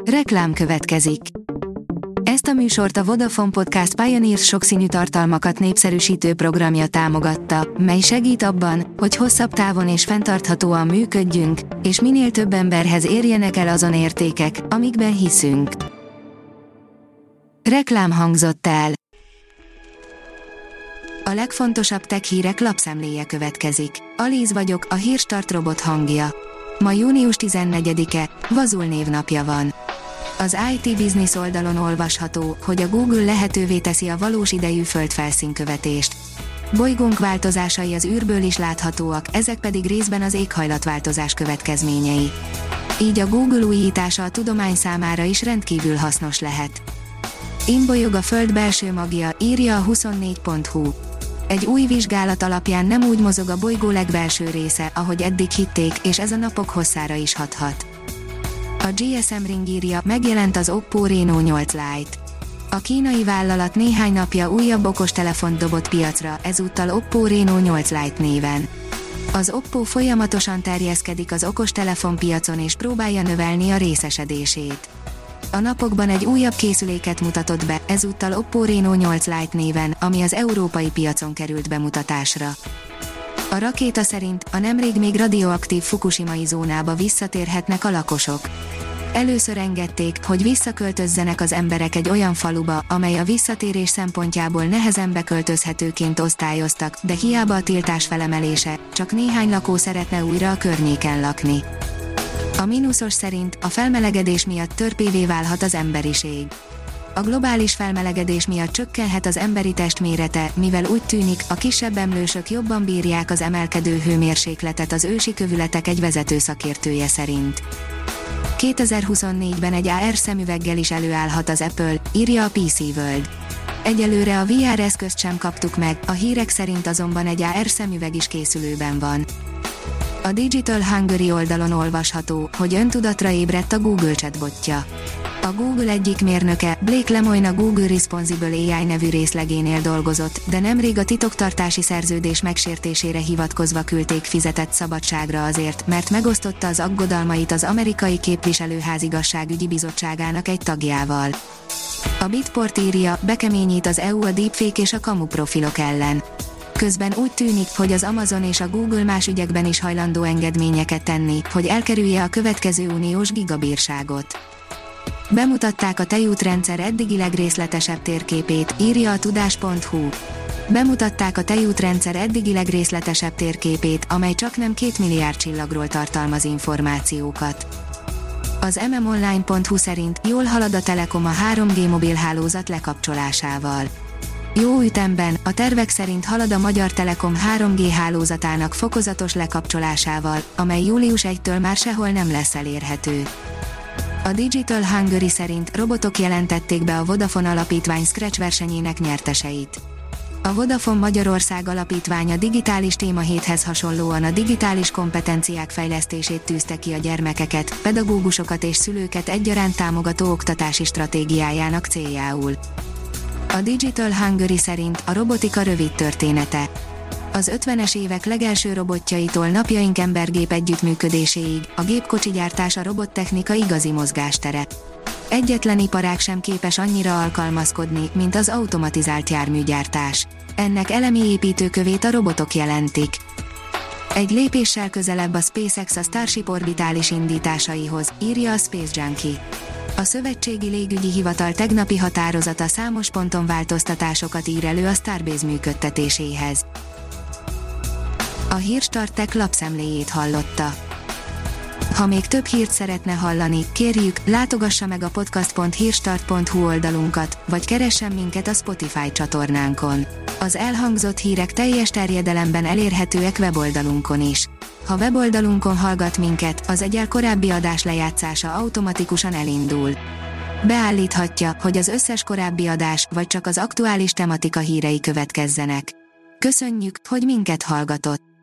Reklám következik. Ezt a műsort a Vodafone Podcast Pioneers sokszínű tartalmakat népszerűsítő programja támogatta, mely segít abban, hogy hosszabb távon és fenntarthatóan működjünk, és minél több emberhez érjenek el azon értékek, amikben hiszünk. Reklám hangzott el. A legfontosabb tech hírek lapszemléje következik. Alíz vagyok, a Hírstart robot hangja. Ma június 14-e, Vazul névnapja van. Az IT Business oldalon olvasható, hogy a Google lehetővé teszi a valós idejű földfelszínkövetést. Bolygónk változásai az űrből is láthatóak, ezek pedig részben az éghajlatváltozás következményei. Így a Google újítása a tudomány számára is rendkívül hasznos lehet. Imbolyog a Föld belső magja, írja a 24.hu. Egy új vizsgálat alapján nem úgy mozog a bolygó legbelső része, ahogy eddig hitték, és ez a napok hosszára is hathat. A GSM Ring írja, megjelent az Oppo Reno 8 Lite. A kínai vállalat néhány napja újabb okostelefont dobott piacra, ezúttal Oppo Reno 8 Lite néven. Az Oppo folyamatosan terjeszkedik az okostelefon piacon és próbálja növelni a részesedését. A napokban egy újabb készüléket mutatott be, ezúttal Oppo Reno 8 Lite néven, ami az európai piacon került bemutatásra. A rakéta szerint a nemrég még radioaktív fukushimai zónába visszatérhetnek a lakosok. Először engedték, hogy visszaköltözzenek az emberek egy olyan faluba, amely a visszatérés szempontjából nehezen beköltözhetőként osztályoztak, de hiába a tiltás felemelése, csak néhány lakó szeretne újra a környéken lakni. A mínuszos szerint a felmelegedés miatt törpévé válhat az emberiség. A globális felmelegedés miatt csökkenhet az emberi test mérete, mivel úgy tűnik, a kisebb emlősök jobban bírják az emelkedő hőmérsékletet, az ősi kövületek egy vezető szakértője szerint. 2024-ben egy AR szemüveggel is előállhat az Apple, írja a PC World. Egyelőre a VR eszközt sem kaptuk meg, a hírek szerint azonban egy AR szemüveg is készülőben van. A Digital Hungary oldalon olvasható, hogy öntudatra ébredt a Google chatbotja. A Google egyik mérnöke, Blake Lemoine a Google Responsible AI nevű részlegénél dolgozott, de nemrég a titoktartási szerződés megsértésére hivatkozva küldték fizetett szabadságra azért, mert megosztotta az aggodalmait az amerikai képviselőház igazságügyi bizottságának egy tagjával. A Bitport írja, bekeményít az EU a deepfake és a kamu profilok ellen. Közben úgy tűnik, hogy az Amazon és a Google más ügyekben is hajlandó engedményeket tenni, hogy elkerülje a következő uniós gigabírságot. Bemutatták a tejútrendszer eddigi legrészletesebb térképét, írja a tudás.hu. Bemutatták a tejútrendszer eddigi legrészletesebb térképét, amely csaknem 2 milliárd csillagról tartalmaz információkat. Az mmonline.hu szerint jól halad a Telekom a 3G mobilhálózat lekapcsolásával. Jó ütemben, a tervek szerint halad a Magyar Telekom 3G hálózatának fokozatos lekapcsolásával, amely július 1-től már sehol nem lesz elérhető. A Digital Hungary szerint robotok jelentették be a Vodafone Alapítvány Scratch versenyének nyerteseit. A Vodafone Magyarország Alapítványa digitális témahéthez hasonlóan a digitális kompetenciák fejlesztését tűzte ki a gyermekeket, pedagógusokat és szülőket egyaránt támogató oktatási stratégiájának céljául. A Digital Hungary szerint a robotika rövid története. Az 50-es évek legelső robotjaitól napjaink embergép együttműködéséig, a gépkocsi gyártás a robottechnika igazi mozgástere. Egyetlen iparág sem képes annyira alkalmazkodni, mint az automatizált járműgyártás. Ennek elemi építőkövét a robotok jelentik. Egy lépéssel közelebb a SpaceX a Starship orbitális indításaihoz, írja a Space Junkie. A Szövetségi Légügyi Hivatal tegnapi határozata számos ponton változtatásokat ír elő a Starbase működtetéséhez. A Hírstart Tech lapszemléjét hallotta. Ha még több hírt szeretne hallani, kérjük, látogassa meg a podcast.hírstart.hu oldalunkat, vagy keressen minket a Spotify csatornánkon. Az elhangzott hírek teljes terjedelemben elérhetőek weboldalunkon is. Ha weboldalunkon hallgat minket, az egyel korábbi adás lejátszása automatikusan elindul. Beállíthatja, hogy az összes korábbi adás, vagy csak az aktuális tematika hírei következzenek. Köszönjük, hogy minket hallgatott!